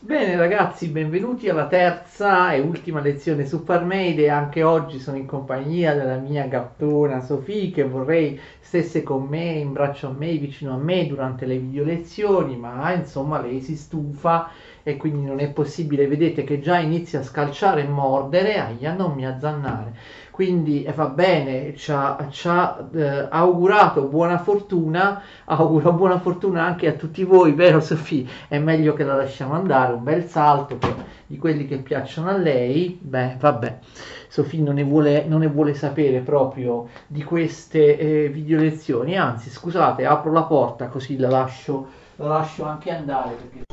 Bene ragazzi, benvenuti alla terza e ultima lezione su Parmeide. Anche oggi sono in compagnia della mia gattona Sofì che vorrei stesse con me, in braccio a me, vicino a me durante le video lezioni, ma insomma lei si stufa e quindi non è possibile. Vedete che già inizia a scalciare e mordere, ahia, non mi azzannare. Quindi va bene, ci ha augurato buona fortuna, auguro buona fortuna anche a tutti voi, vero Sofì? È meglio che la lasciamo andare, un bel salto di quelli che piacciono a lei. Beh, vabbè, Sofì non ne vuole sapere proprio di queste video lezioni, anzi, scusate, apro la porta così la lascio anche andare perché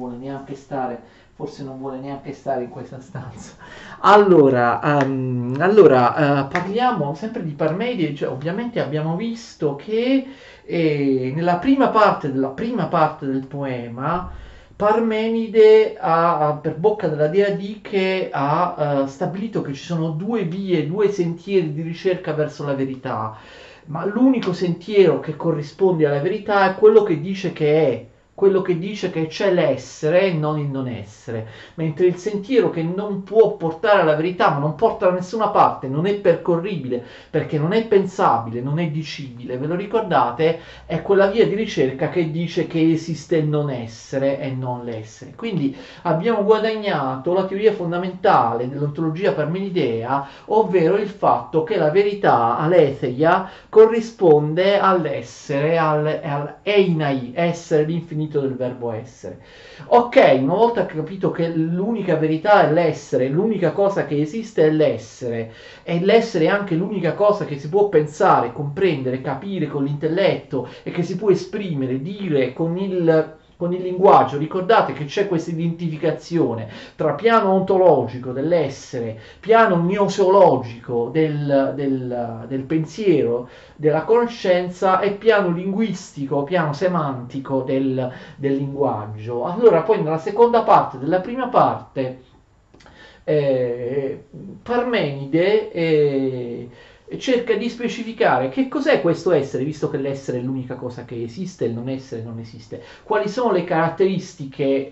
forse non vuole neanche stare in questa stanza. Allora, parliamo sempre di Parmedi, cioè, ovviamente abbiamo visto che nella prima parte del poema Parmenide per bocca della dea Diche ha stabilito che ci sono due vie, due sentieri di ricerca verso la verità, ma l'unico sentiero che corrisponde alla verità è quello che dice che c'è l'essere e non il non essere, mentre il sentiero che non può portare alla verità, ma non porta da nessuna parte, non è percorribile, perché non è pensabile, non è dicibile, ve lo ricordate? È quella via di ricerca che dice che esiste il non essere e non l'essere. Quindi abbiamo guadagnato la teoria fondamentale dell'ontologia parmenidea, ovvero il fatto che la verità, aletheia, corrisponde all'essere, al einai, essere, l'infinito del verbo essere. Ok, una volta capito che l'unica verità è l'essere, l'unica cosa che esiste è l'essere, e l'essere è anche l'unica cosa che si può pensare, comprendere, capire con l'intelletto e che si può esprimere, dire con il linguaggio. Ricordate che c'è questa identificazione tra piano ontologico dell'essere, piano gnoseologico del pensiero, della conoscenza e piano linguistico, piano semantico del linguaggio. Allora poi nella seconda parte della prima parte eh, Parmenide cerca di specificare che cos'è questo essere, visto che l'essere è l'unica cosa che esiste, il non essere non esiste. Quali sono le caratteristiche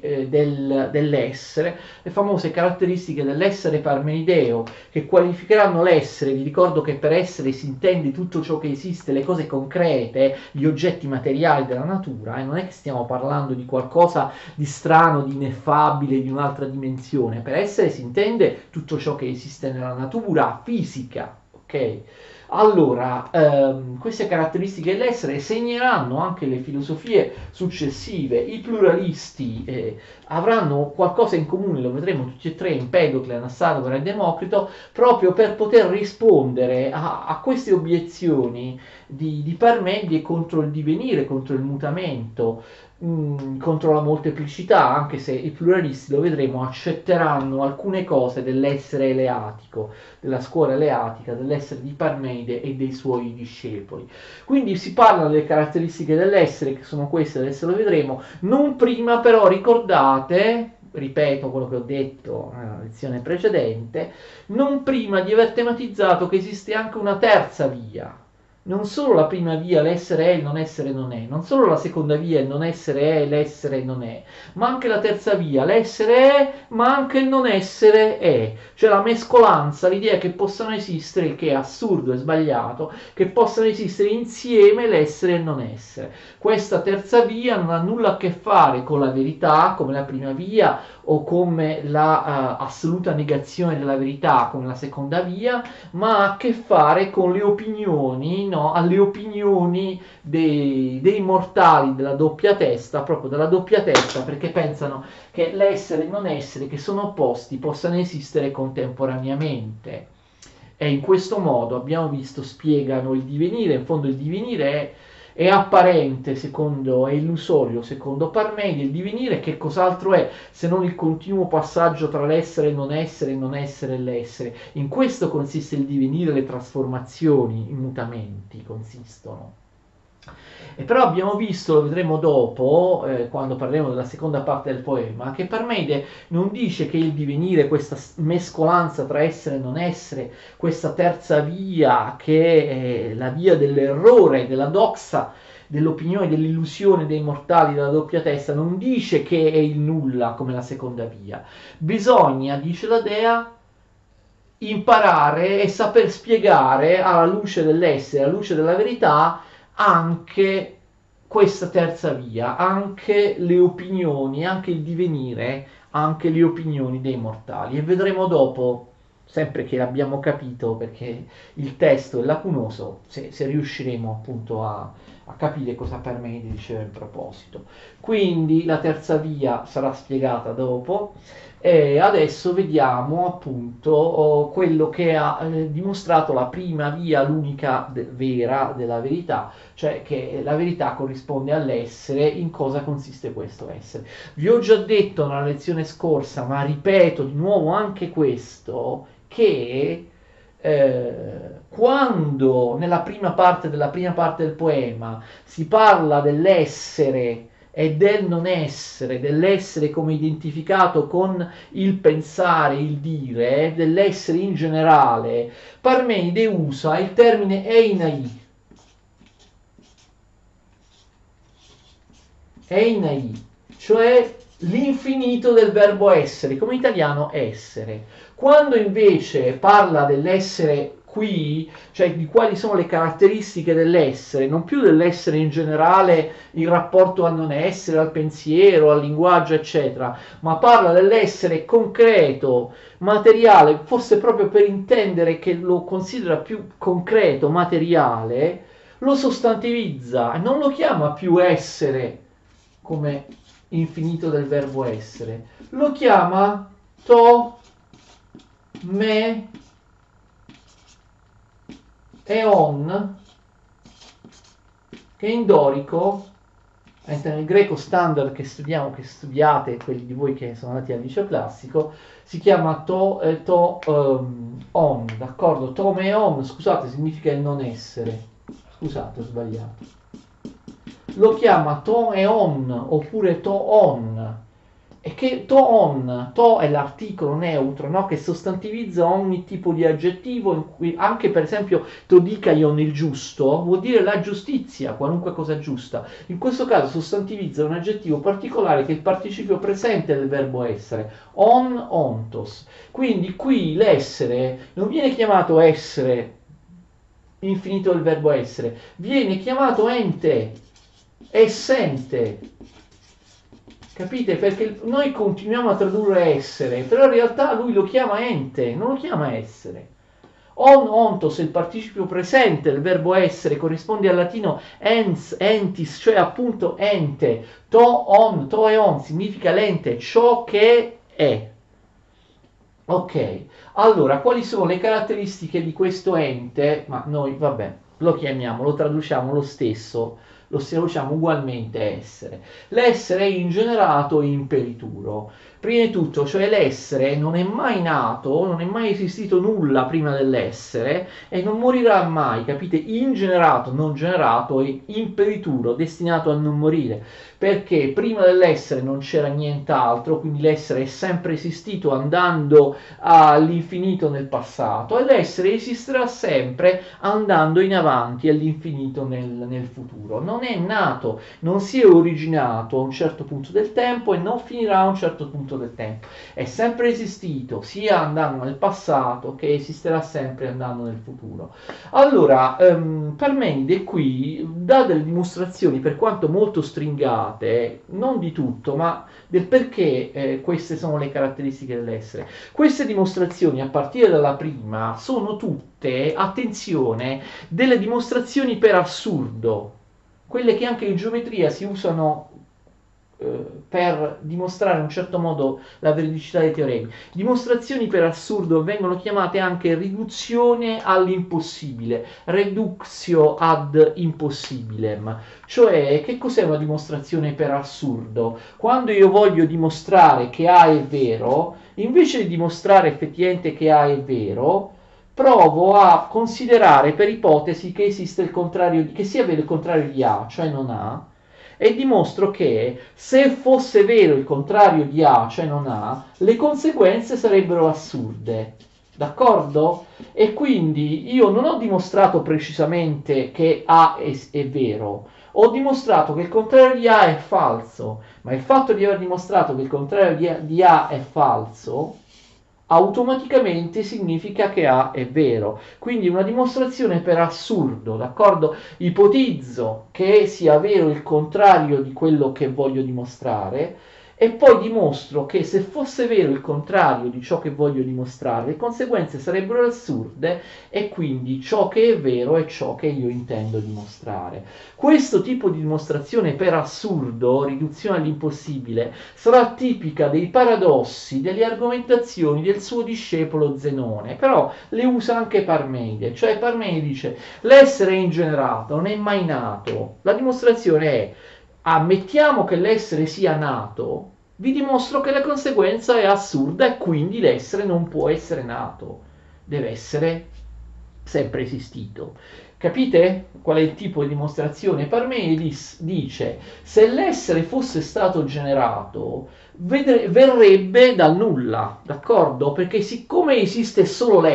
dell'essere, le famose caratteristiche dell'essere parmenideo, che qualificheranno l'essere. Vi ricordo che per essere si intende tutto ciò che esiste, le cose concrete, gli oggetti materiali della natura, e non è che stiamo parlando di qualcosa di strano, di ineffabile, di un'altra dimensione. Per essere si intende tutto ciò che esiste nella natura fisica, ok? Allora, queste caratteristiche dell'essere segneranno anche le filosofie successive. I pluralisti avranno qualcosa in comune, lo vedremo tutti e tre, Empedocle, Anassagora e Democrito, proprio per poter rispondere a queste obiezioni di Parmenide contro il divenire, contro il mutamento, contro la molteplicità, anche se i pluralisti, lo vedremo, accetteranno alcune cose dell'essere eleatico, della scuola eleatica, dell'essere di Parmenide e dei suoi discepoli. Quindi si parla delle caratteristiche dell'essere, che sono queste, adesso lo vedremo, non prima però ricordate, ripeto quello che ho detto nella lezione precedente, non prima di aver tematizzato che esiste anche una terza via. Non solo la prima via, l'essere è, il non essere non è, non solo la seconda via, il non essere è, l'essere non è, ma anche la terza via, l'essere è, ma anche il non essere è. Cioè la mescolanza, l'idea che possano esistere, il che è assurdo e sbagliato, che possano esistere insieme l'essere e il non essere. Questa terza via non ha nulla a che fare con la verità, come la prima via, o come la assoluta negazione della verità, come la seconda via, ma ha a che fare con le opinioni, no? Alle opinioni dei mortali della doppia testa, proprio della doppia testa, perché pensano che l'essere e il non essere, che sono opposti, possano esistere contemporaneamente. E in questo modo abbiamo visto, spiegano il divenire. In fondo il divenire è apparente, è illusorio secondo Parmenide. Il divenire che cos'altro è se non il continuo passaggio tra l'essere e il non essere e l'essere. In questo consiste il divenire, le trasformazioni, i mutamenti consistono. E però abbiamo visto, lo vedremo dopo, quando parleremo della seconda parte del poema, che Parmenide non dice che il divenire, questa mescolanza tra essere e non essere, questa terza via che è la via dell'errore, della doxa, dell'opinione, dell'illusione dei mortali della doppia testa, non dice che è il nulla come la seconda via. Bisogna, dice la Dea, imparare e saper spiegare alla luce dell'essere, alla luce della verità, anche questa terza via, anche le opinioni, anche il divenire, anche le opinioni dei mortali. E vedremo dopo, sempre che l'abbiamo capito, perché il testo è lacunoso, se riusciremo appunto a capire cosa Parmenide diceva in proposito. Quindi la terza via sarà spiegata dopo. E adesso vediamo appunto quello che ha dimostrato la prima via, l'unica vera della verità, cioè che la verità corrisponde all'essere. In cosa consiste questo essere? Vi ho già detto nella lezione scorsa, ma ripeto di nuovo anche questo, che quando nella prima parte del poema si parla dell'essere e del non essere, dell'essere come identificato con il pensare, il dire, dell'essere in generale, Parmenide usa il termine einai. Einai, cioè l'infinito del verbo essere, come italiano essere. Quando invece parla dell'essere qui, cioè di quali sono le caratteristiche dell'essere, non più dell'essere in generale in rapporto al non essere, al pensiero, al linguaggio, eccetera, ma parla dell'essere concreto, materiale, forse proprio per intendere che lo considera più concreto, materiale, lo sostantivizza e non lo chiama più essere come infinito del verbo essere, lo chiama to, me, eon, che in dorico, nel greco standard che studiamo, che studiate, quelli di voi che sono andati al liceo classico, si chiama on, d'accordo? To, me, on, scusate, significa il non essere. Scusate, ho sbagliato. Lo chiama to e on, oppure to on. E che to è l'articolo neutro, no? Che sostantivizza ogni tipo di aggettivo, anche per esempio todicaion, il giusto, vuol dire la giustizia, qualunque cosa giusta. In questo caso sostantivizza un aggettivo particolare che è il participio presente del verbo essere, ontos. Quindi qui l'essere non viene chiamato essere, infinito del verbo essere, viene chiamato ente, essente. Capite? Perché noi continuiamo a tradurre essere, però in realtà lui lo chiama ente, non lo chiama essere. Ontos, il participio presente del verbo essere, corrisponde al latino ens, entis, cioè appunto ente. To e on significa l'ente, ciò che è. Ok, allora quali sono le caratteristiche di questo ente? Ma noi, vabbè, lo chiamiamo, lo traduciamo lo stesso, lo traduciamo ugualmente essere. L'essere è ingenerato in perituro. Prima di tutto, cioè l'essere non è mai nato, non è mai esistito nulla prima dell'essere e non morirà mai, capite? Ingenerato, non generato e imperituro, destinato a non morire, perché prima dell'essere non c'era nient'altro, quindi l'essere è sempre esistito andando all'infinito nel passato e l'essere esisterà sempre andando in avanti all'infinito nel futuro. Non è nato, non si è originato a un certo punto del tempo e non finirà a un certo punto del tempo. È sempre esistito, sia andando nel passato che esisterà sempre andando nel futuro. Allora, Parmenide qui dà delle dimostrazioni, per quanto molto stringate, non di tutto, ma del perché queste sono le caratteristiche dell'essere. Queste dimostrazioni, a partire dalla prima, sono tutte, attenzione, delle dimostrazioni per assurdo, quelle che anche in geometria si usano per dimostrare in un certo modo la veridicità dei teoremi. Dimostrazioni per assurdo vengono chiamate anche riduzione all'impossibile, reductio ad impossibilem. Cioè, che cos'è una dimostrazione per assurdo? Quando io voglio dimostrare che A è vero, invece di dimostrare effettivamente che A è vero, provo a considerare per ipotesi che esiste il contrario, che sia vero il contrario di A, cioè non A, e dimostro che se fosse vero il contrario di A, cioè non A, le conseguenze sarebbero assurde. D'accordo? E quindi io non ho dimostrato precisamente che A è vero, Ho dimostrato che il contrario di A è falso, ma il fatto di aver dimostrato che il contrario di A è falso automaticamente significa che A è vero. Quindi una dimostrazione per assurdo, d'accordo? Ipotizzo che sia vero il contrario di quello che voglio dimostrare e poi dimostro che se fosse vero il contrario di ciò che voglio dimostrare, le conseguenze sarebbero assurde e quindi ciò che è vero è ciò che io intendo dimostrare. Questo tipo di dimostrazione per assurdo, riduzione all'impossibile, sarà tipica dei paradossi, delle argomentazioni del suo discepolo Zenone, però le usa anche Parmenide, cioè Parmenide dice l'essere è ingenerato, non è mai nato, la dimostrazione è ammettiamo che l'essere sia nato, vi dimostro che la conseguenza è assurda e quindi l'essere non può essere nato, deve essere sempre esistito. Capite qual è il tipo di dimostrazione? Parmenides dice se l'essere fosse stato generato verrebbe dal nulla, d'accordo? Perché siccome esiste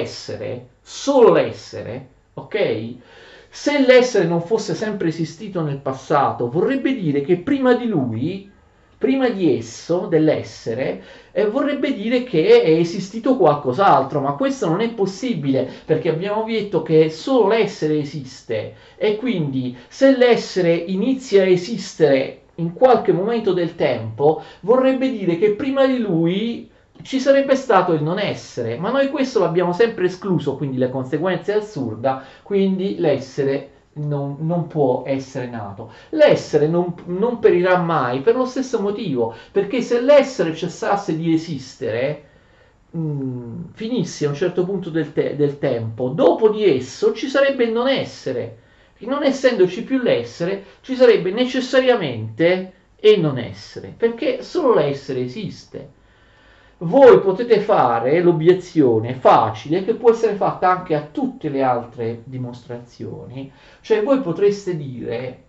solo l'essere, ok? Se l'essere non fosse sempre esistito nel passato, vorrebbe dire che prima di lui, prima di esso, dell'essere, vorrebbe dire che è esistito qualcos'altro, ma questo non è possibile perché abbiamo detto che solo l'essere esiste e quindi se l'essere inizia a esistere in qualche momento del tempo, vorrebbe dire che prima di lui ci sarebbe stato il non essere, ma noi questo l'abbiamo sempre escluso, quindi le conseguenze è assurda, quindi l'essere non può essere nato. L'essere non perirà mai per lo stesso motivo, perché se l'essere cessasse di esistere, finisse a un certo punto del tempo, dopo di esso ci sarebbe il non essere. E non essendoci più l'essere, ci sarebbe necessariamente il non essere, perché solo l'essere esiste. Voi potete fare l'obiezione facile che può essere fatta anche a tutte le altre dimostrazioni, cioè voi potreste dire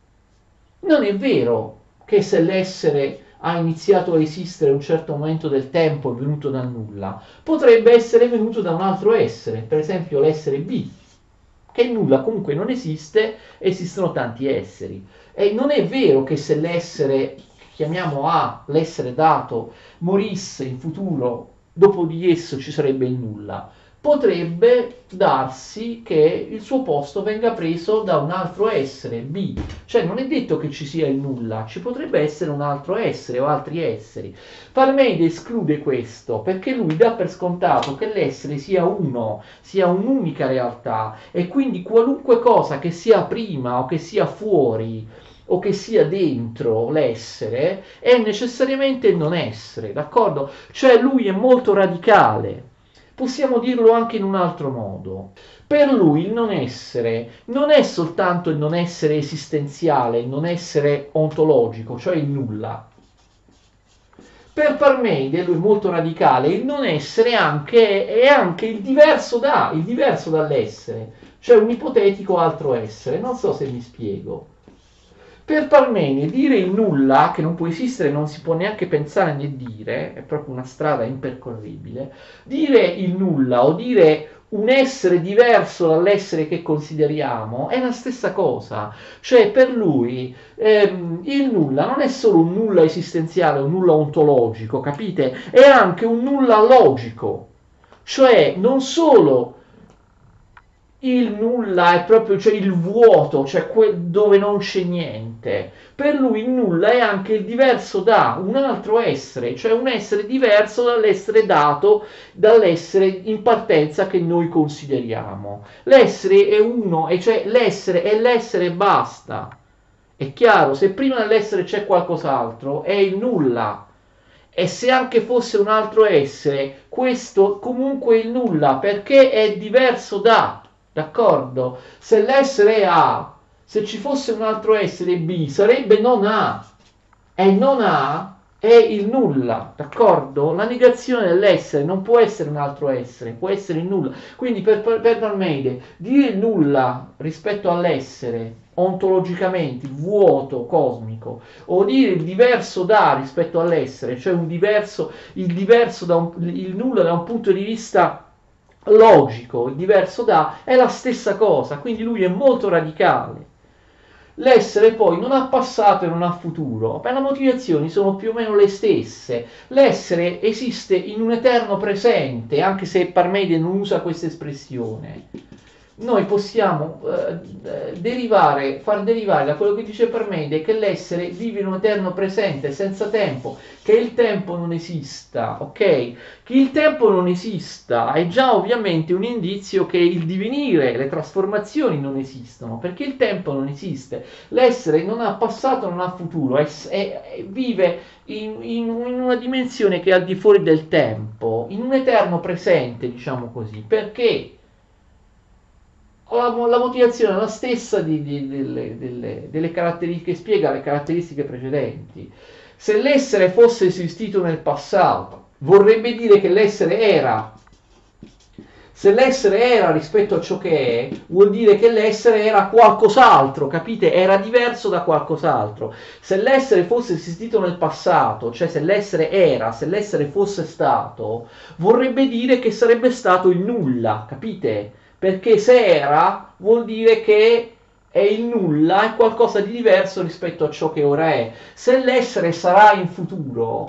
non è vero che se l'essere ha iniziato a esistere a un certo momento del tempo è venuto dal nulla, potrebbe essere venuto da un altro essere, per esempio l'essere B, che il nulla comunque non esiste, esistono tanti esseri. E non è vero che se l'essere, chiamiamo A, l'essere dato, morisse in futuro, dopo di esso ci sarebbe il nulla. Potrebbe darsi che il suo posto venga preso da un altro essere, B. Cioè non è detto che ci sia il nulla, ci potrebbe essere un altro essere o altri esseri. Parmenide esclude questo perché lui dà per scontato che l'essere sia uno, sia un'unica realtà e quindi qualunque cosa che sia prima o che sia fuori o che sia dentro l'essere è necessariamente il non essere, d'accordo? Cioè lui è molto radicale. Possiamo dirlo anche in un altro modo. Per lui il non essere non è soltanto il non essere esistenziale, il non essere ontologico, cioè il nulla. Per Parmenide, lui è molto radicale, il non essere è anche il diverso dall'essere, cioè un ipotetico altro essere. Non so se mi spiego. Per Parmenide dire il nulla, che non può esistere, non si può neanche pensare né dire, è proprio una strada impercorribile, dire il nulla o dire un essere diverso dall'essere che consideriamo è la stessa cosa. Cioè per lui il nulla non è solo un nulla esistenziale, un nulla ontologico, capite? È anche un nulla logico. Cioè non solo il nulla è proprio cioè il vuoto, cioè dove non c'è niente. Per lui il nulla è anche il diverso da un altro essere, cioè un essere diverso dall'essere dato, dall'essere in partenza che noi consideriamo. L'essere è uno, e cioè l'essere è l'essere e basta. È chiaro, se prima dell'essere c'è qualcos'altro, è il nulla. E se anche fosse un altro essere, questo comunque è il nulla, perché è diverso da. D'accordo? Se l'essere è A, se ci fosse un altro essere B, sarebbe non A. E non A è il nulla, d'accordo? La negazione dell'essere non può essere un altro essere, può essere il nulla. Quindi per Parmenide dire il nulla rispetto all'essere ontologicamente, il vuoto cosmico, o dire il diverso da rispetto all'essere, cioè il diverso il nulla da un punto di vista logico, il diverso da, è la stessa cosa, quindi lui è molto radicale. L'essere poi non ha passato e non ha futuro, ma le motivazioni sono più o meno le stesse. L'essere esiste in un eterno presente, anche se Parmenide non usa questa espressione. Noi possiamo far derivare da quello che dice Parmenide che l'essere vive in un eterno presente senza tempo, che il tempo non esista, ok? Che il tempo non esista è già ovviamente un indizio che il divenire, le trasformazioni non esistono, perché il tempo non esiste. L'essere non ha passato, non ha futuro, vive in una dimensione che è al di fuori del tempo, in un eterno presente, diciamo così, perché la motivazione è la stessa delle caratteristiche, che spiega le caratteristiche precedenti. Se l'essere fosse esistito nel passato, vorrebbe dire che l'essere era. Se l'essere era rispetto a ciò che è, vuol dire che l'essere era qualcos'altro, capite? Era diverso da qualcos'altro. Se l'essere fosse esistito nel passato, cioè se l'essere era, se l'essere fosse stato, vorrebbe dire che sarebbe stato il nulla, capite? Perché se era, vuol dire che è il nulla, è qualcosa di diverso rispetto a ciò che ora è. Se l'essere sarà in futuro,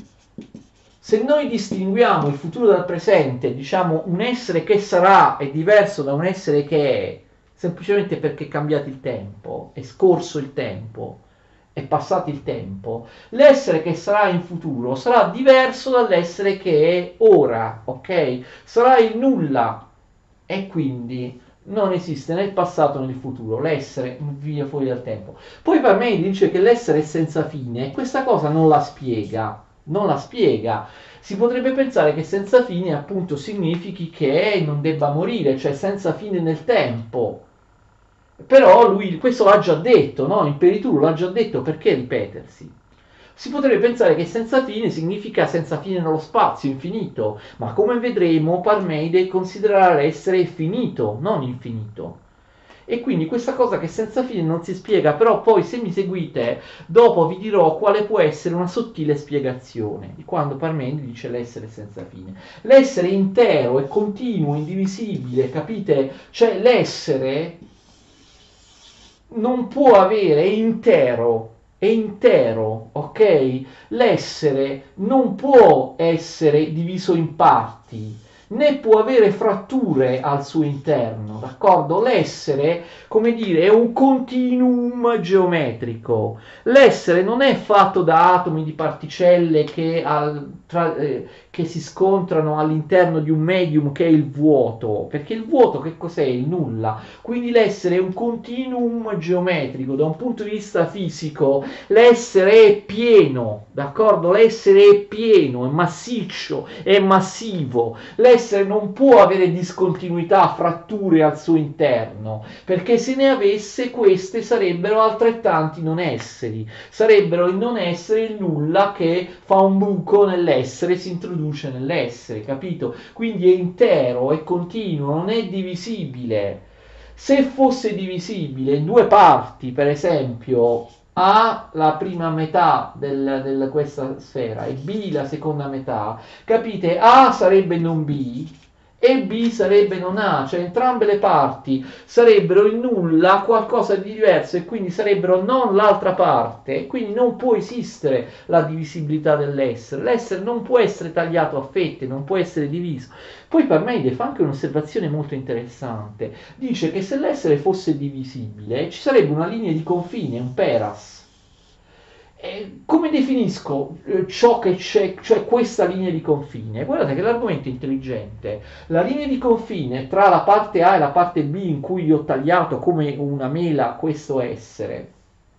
se noi distinguiamo il futuro dal presente, diciamo un essere che sarà è diverso da un essere che è, semplicemente perché è cambiato il tempo, è scorso il tempo, è passato il tempo, l'essere che sarà in futuro sarà diverso dall'essere che è ora, ok? Sarà il nulla e quindi non esiste né il passato né il futuro, l'essere vive fuori dal tempo. Poi per me dice che l'essere è senza fine e questa cosa non la spiega, non la spiega. Si potrebbe pensare che senza fine appunto significhi che non debba morire, cioè senza fine nel tempo. Però lui questo l'ha già detto, no? Imperituro l'ha già detto, perché ripetersi? Si potrebbe pensare che senza fine significa senza fine nello spazio, infinito, ma come vedremo Parmenide considererà l'essere finito, non infinito. E quindi questa cosa che senza fine non si spiega, però poi se mi seguite, dopo vi dirò quale può essere una sottile spiegazione di quando Parmenide dice l'essere senza fine. L'essere intero e continuo, indivisibile, capite? Cioè l'essere non può avere è intero, ok? L'essere non può essere diviso in parti, né può avere fratture al suo interno, d'accordo? L'essere, come dire, è un continuum geometrico. L'essere non è fatto da atomi di particelle che si scontrano all'interno di un medium che è il vuoto, perché il vuoto che cos'è? Il nulla. Quindi l'essere è un continuum geometrico, da un punto di vista fisico l'essere è pieno, d'accordo? L'essere è pieno, è massiccio, è massivo. L'essere non può avere discontinuità, fratture al suo interno, perché se ne avesse queste sarebbero altrettanti non esseri, sarebbero il non essere, il nulla che fa un buco nell'essere, si introduce nell'essere, capito? Quindi è intero, è continuo, non è divisibile. Se fosse divisibile in due parti, per esempio, A la prima metà di questa sfera e B la seconda metà, capite? A sarebbe non B e B sarebbe non A, cioè entrambe le parti sarebbero il nulla, qualcosa di diverso e quindi sarebbero non l'altra parte e quindi non può esistere la divisibilità dell'essere. L'essere non può essere tagliato a fette, non può essere diviso. Poi Parmenide fa anche un'osservazione molto interessante. Dice che se l'essere fosse divisibile ci sarebbe una linea di confine, un peras. Come definisco ciò che c'è, cioè questa linea di confine? Guardate che l'argomento è intelligente. La linea di confine tra la parte A e la parte B in cui io ho tagliato come una mela questo essere.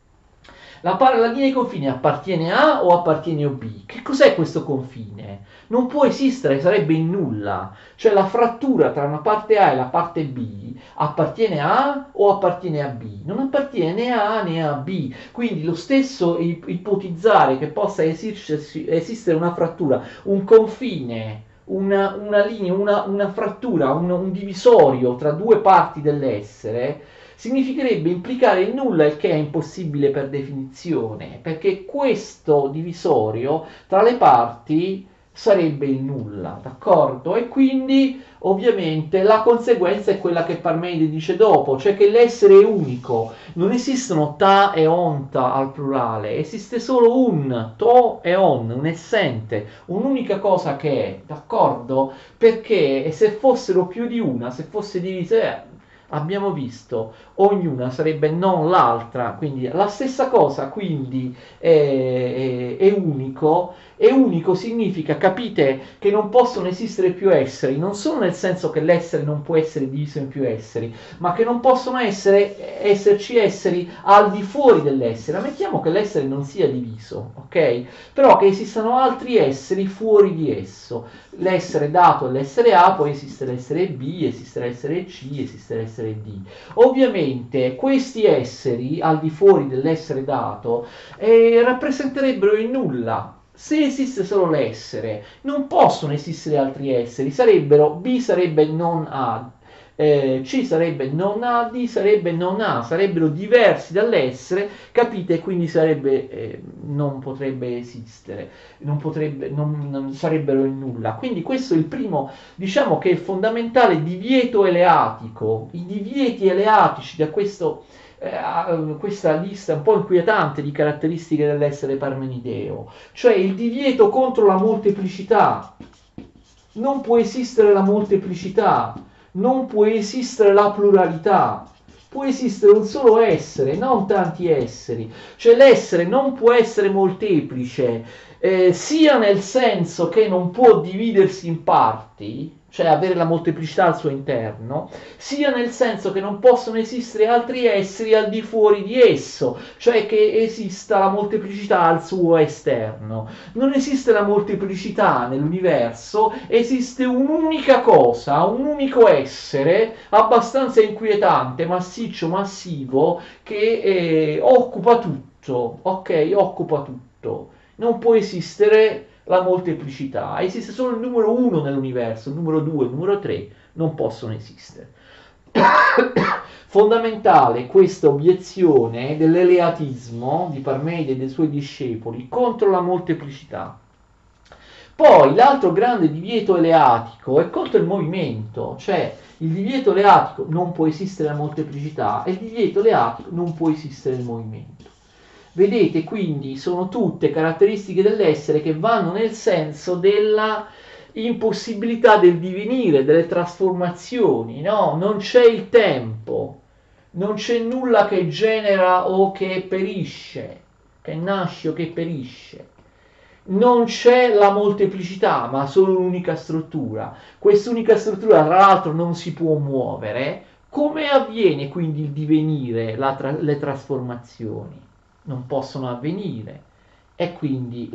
La linea di confine appartiene a o appartiene a B? Che cos'è questo confine? Non può esistere, sarebbe in nulla. Cioè la frattura tra una parte A e la parte B appartiene a o appartiene a B? Non appartiene né a A né a B. Quindi lo stesso ipotizzare che possa esistere una frattura, un confine, una linea, una frattura, un divisorio tra due parti dell'essere significherebbe implicare il nulla, il che è impossibile per definizione, perché questo divisorio tra le parti sarebbe il nulla, d'accordo? E quindi ovviamente la conseguenza è quella che Parmenide dice dopo, cioè che l'essere è unico, non esistono ta e onta al plurale, esiste solo un to e on, un essente, un'unica cosa che è, d'accordo? Perché se fossero più di una, se fosse divise, abbiamo visto, ognuna sarebbe non l'altra, quindi la stessa cosa, quindi è unico. E unico significa, capite, che non possono esistere più esseri, non solo nel senso che l'essere non può essere diviso in più esseri, ma che non possono esserci esseri al di fuori dell'essere. Ammettiamo che l'essere non sia diviso, ok? Però che esistano altri esseri fuori di esso. L'essere dato è l'essere A, poi esiste l'essere B, esiste l'essere C, esiste l'essere D. Ovviamente questi esseri al di fuori dell'essere dato rappresenterebbero il nulla. Se esiste solo l'essere, non possono esistere altri esseri, sarebbero B sarebbe non A, C sarebbe non A, D sarebbe non A, sarebbero diversi dall'essere, capite? Quindi non potrebbe esistere, non sarebbero il nulla. Quindi questo è il primo, diciamo che è il fondamentale divieto eleatico. I divieti eleatici da questa lista un po' inquietante di caratteristiche dell'essere parmenideo, cioè il divieto contro la molteplicità. Non può esistere la molteplicità, non può esistere la pluralità, può esistere un solo essere, non tanti esseri, cioè l'essere non può essere molteplice, sia nel senso che non può dividersi in parti, cioè avere la molteplicità al suo interno, sia nel senso che non possono esistere altri esseri al di fuori di esso, cioè che esista la molteplicità al suo esterno. Non esiste la molteplicità nell'universo, esiste un'unica cosa, un unico essere abbastanza inquietante, massiccio, massivo, che occupa tutto, ok? Occupa tutto. Non può esistere la molteplicità, esiste solo il numero 1 nell'universo, il numero 2, il numero 3 non possono esistere. Fondamentale questa obiezione dell'eleatismo di Parmenide e dei suoi discepoli contro la molteplicità. Poi l'altro grande divieto eleatico è contro il movimento, cioè il divieto eleatico non può esistere la molteplicità e il divieto eleatico non può esistere il movimento. Vedete, quindi sono tutte caratteristiche dell'essere che vanno nel senso della impossibilità del divenire, delle trasformazioni, no? Non c'è il tempo, non c'è nulla che genera o che perisce, che nasce o che perisce. Non c'è la molteplicità, ma solo un'unica struttura. Quest'unica struttura, tra l'altro, non si può muovere. Come avviene quindi il divenire, le trasformazioni? Non possono avvenire. E quindi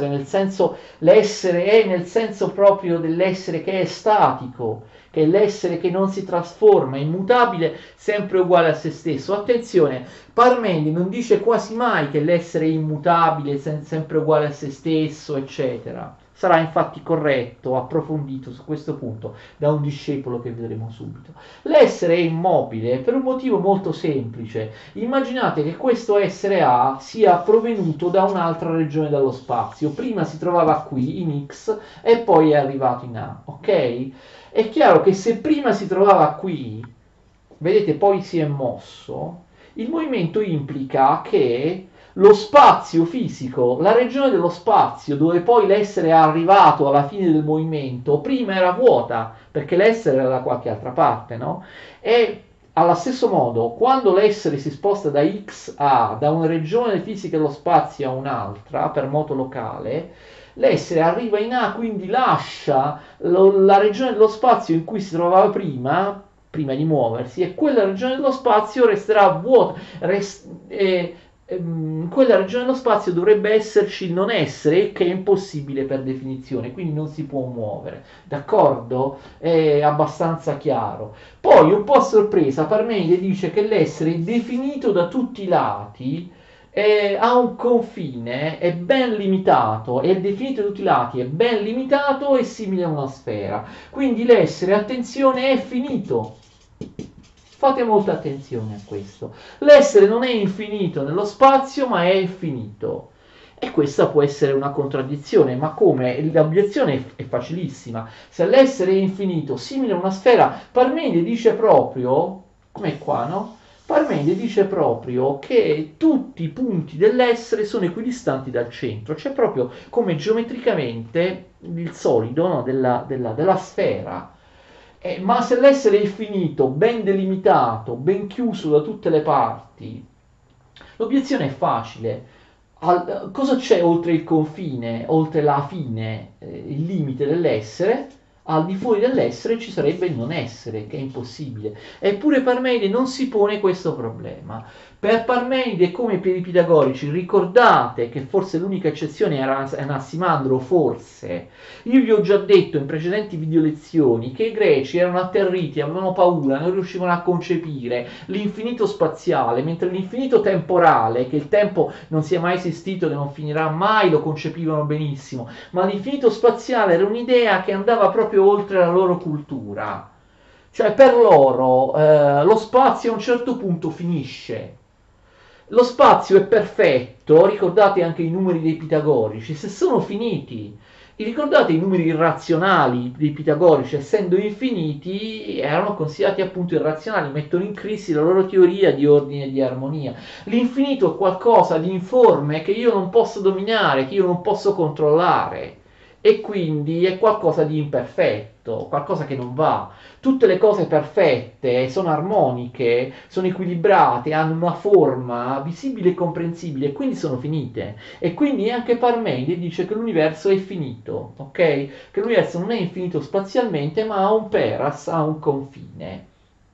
l'essere è nel senso proprio dell'essere che è statico, che è l'essere che non si trasforma, è immutabile, sempre uguale a se stesso. Attenzione, Parmenide non dice quasi mai che l'essere è immutabile, sempre uguale a se stesso, eccetera. Sarà infatti corretto, approfondito su questo punto da un discepolo che vedremo subito. L'essere è immobile per un motivo molto semplice. Immaginate che questo essere A sia provenuto da un'altra regione dello spazio. Prima si trovava qui in X e poi è arrivato in A, ok? È chiaro che se prima si trovava qui, vedete, poi si è mosso, il movimento implica che lo spazio fisico, la regione dello spazio dove poi l'essere è arrivato alla fine del movimento, prima era vuota, perché l'essere era da qualche altra parte, no? E allo stesso modo, quando l'essere si sposta da X a, da una regione fisica dello spazio a un'altra, per moto locale, l'essere arriva in A, quindi lascia la regione dello spazio in cui si trovava prima di muoversi, e quella regione dello spazio resterà vuota. In quella regione dello spazio dovrebbe esserci il non essere, che è impossibile per definizione, quindi non si può muovere, d'accordo? È abbastanza chiaro. Poi, un po' a sorpresa, Parmenide dice che l'essere è definito da tutti i lati, ha un confine, è ben limitato, è definito da tutti i lati, è ben limitato e simile a una sfera. Quindi l'essere, attenzione, è finito. Fate molta attenzione a questo. L'essere non è infinito nello spazio, ma è finito. E questa può essere una contraddizione, ma come? L'obiezione è facilissima. Se l'essere è infinito, simile a una sfera, Parmenide dice proprio, come qua, no? Parmenide dice proprio che tutti i punti dell'essere sono equidistanti dal centro, cioè proprio come geometricamente il solido, no, della sfera. Ma se l'essere è finito, ben delimitato, ben chiuso da tutte le parti, l'obiezione è facile. Cosa c'è oltre il confine, oltre la fine, il limite dell'essere? Al di fuori dell'essere ci sarebbe il non essere, che è impossibile. Eppure Parmenide non si pone questo problema. Per Parmenide, come per i pitagorici, ricordate che forse l'unica eccezione era Anassimandro, forse. Io vi ho già detto in precedenti video lezioni che i greci erano atterriti, avevano paura, non riuscivano a concepire l'infinito spaziale, mentre l'infinito temporale, che il tempo non sia mai esistito, che non finirà mai, lo concepivano benissimo, ma l'infinito spaziale era un'idea che andava proprio oltre la loro cultura. Cioè per loro lo spazio a un certo punto finisce. Lo spazio è perfetto, ricordate anche i numeri dei pitagorici, se sono finiti. Ricordate i numeri irrazionali dei pitagorici, essendo infiniti, erano considerati appunto irrazionali, mettono in crisi la loro teoria di ordine e di armonia. L'infinito è qualcosa di informe che io non posso dominare, che io non posso controllare, e quindi è qualcosa di imperfetto, qualcosa che non va. Tutte le cose perfette sono armoniche, sono equilibrate, hanno una forma visibile e comprensibile, e quindi sono finite. E quindi anche Parmenide dice che l'universo è finito, ok? Che l'universo non è infinito spazialmente, ma ha un peras, ha un confine.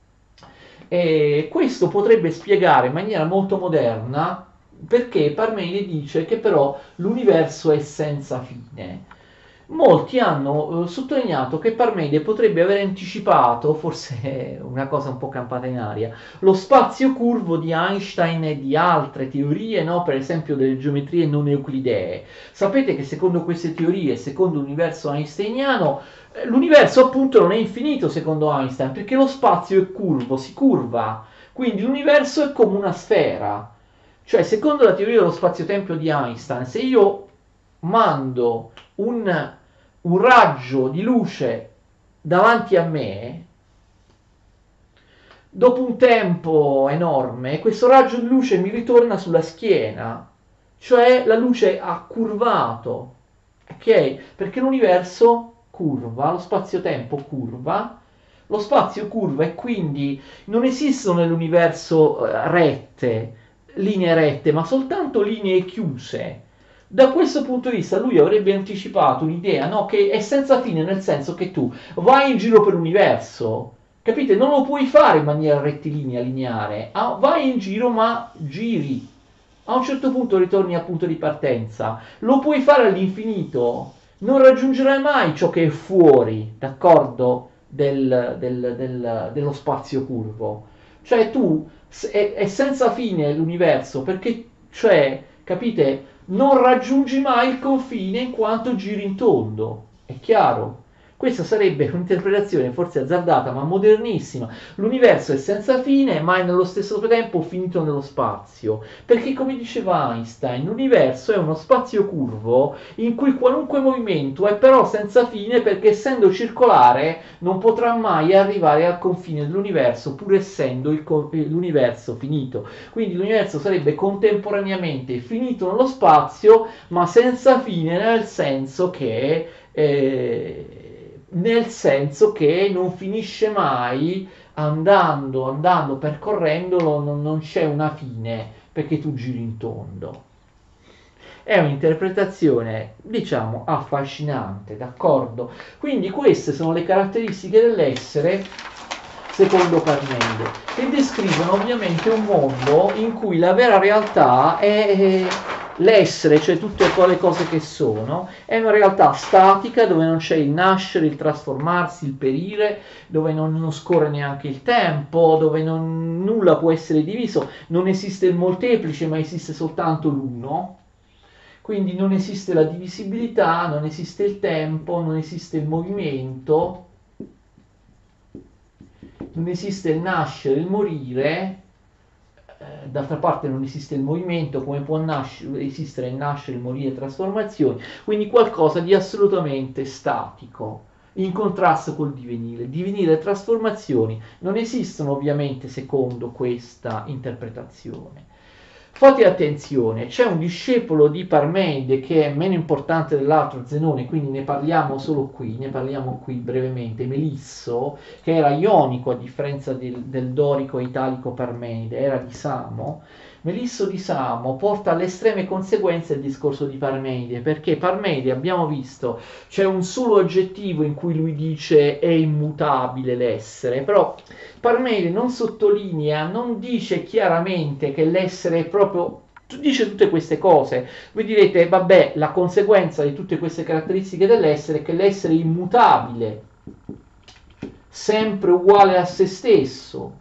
E questo potrebbe spiegare in maniera molto moderna perché Parmenide dice che però l'universo è senza fine. Molti hanno sottolineato che Parmenide potrebbe aver anticipato, forse è una cosa un po' campata in aria, lo spazio curvo di Einstein e di altre teorie, no? Per esempio delle geometrie non euclidee. Sapete che secondo queste teorie, secondo l'universo einsteiniano, l'universo appunto non è infinito secondo Einstein, perché lo spazio è curvo, si curva, quindi l'universo è come una sfera. Cioè, secondo la teoria dello spazio-tempo di Einstein, se io mando un raggio di luce davanti a me, dopo un tempo enorme, questo raggio di luce mi ritorna sulla schiena, cioè la luce ha curvato, ok? Perché l'universo curva, lo spazio-tempo curva, lo spazio curva e quindi non esistono nell'universo rette, linee rette, ma soltanto linee chiuse. Da questo punto di vista lui avrebbe anticipato un'idea, no, che è senza fine, nel senso che tu vai in giro per l'universo, capite? Non lo puoi fare in maniera rettilinea, lineare, vai in giro ma giri. A un certo punto ritorni al punto di partenza. Lo puoi fare all'infinito, non raggiungerai mai ciò che è fuori, d'accordo, dello spazio curvo. Cioè tu è senza fine l'universo perché, cioè, capite, non raggiungi mai il confine in quanto giri in tondo. È chiaro? Questa sarebbe un'interpretazione forse azzardata, ma modernissima. L'universo è senza fine, ma è nello stesso tempo finito nello spazio. Perché, come diceva Einstein, l'universo è uno spazio curvo in cui qualunque movimento è però senza fine perché, essendo circolare, non potrà mai arrivare al confine dell'universo, pur essendo l'universo finito. Quindi l'universo sarebbe contemporaneamente finito nello spazio, ma senza fine nel senso che non finisce mai andando, percorrendolo, non c'è una fine perché tu giri in tondo. È un'interpretazione, diciamo, affascinante, d'accordo? Quindi queste sono le caratteristiche dell'essere secondo Parmenide, che descrivono ovviamente un mondo in cui la vera realtà è l'essere, cioè tutte le cose che sono, è una realtà statica dove non c'è il nascere, il trasformarsi, il perire, dove non scorre neanche il tempo, dove nulla può essere diviso, non esiste il molteplice ma esiste soltanto l'uno. Quindi non esiste la divisibilità, non esiste il tempo, non esiste il movimento, non esiste il nascere, il morire, d'altra parte non esiste il movimento, come può esistere il nascere, il morire, trasformazioni, quindi qualcosa di assolutamente statico, in contrasto col divenire. Divenire e trasformazioni non esistono ovviamente secondo questa interpretazione. Fate attenzione, c'è un discepolo di Parmenide che è meno importante dell'altro, Zenone, quindi ne parliamo solo qui, ne parliamo qui brevemente, Melisso, che era ionico a differenza del dorico e italico Parmenide, era di Samo. Melisso di Samo porta alle estreme conseguenze il discorso di Parmenide, perché Parmenide, abbiamo visto, c'è un solo aggettivo in cui lui dice è immutabile l'essere, però Parmenide non sottolinea, non dice chiaramente che l'essere è proprio, dice tutte queste cose. Voi direte, vabbè, la conseguenza di tutte queste caratteristiche dell'essere è che l'essere è immutabile, sempre uguale a se stesso.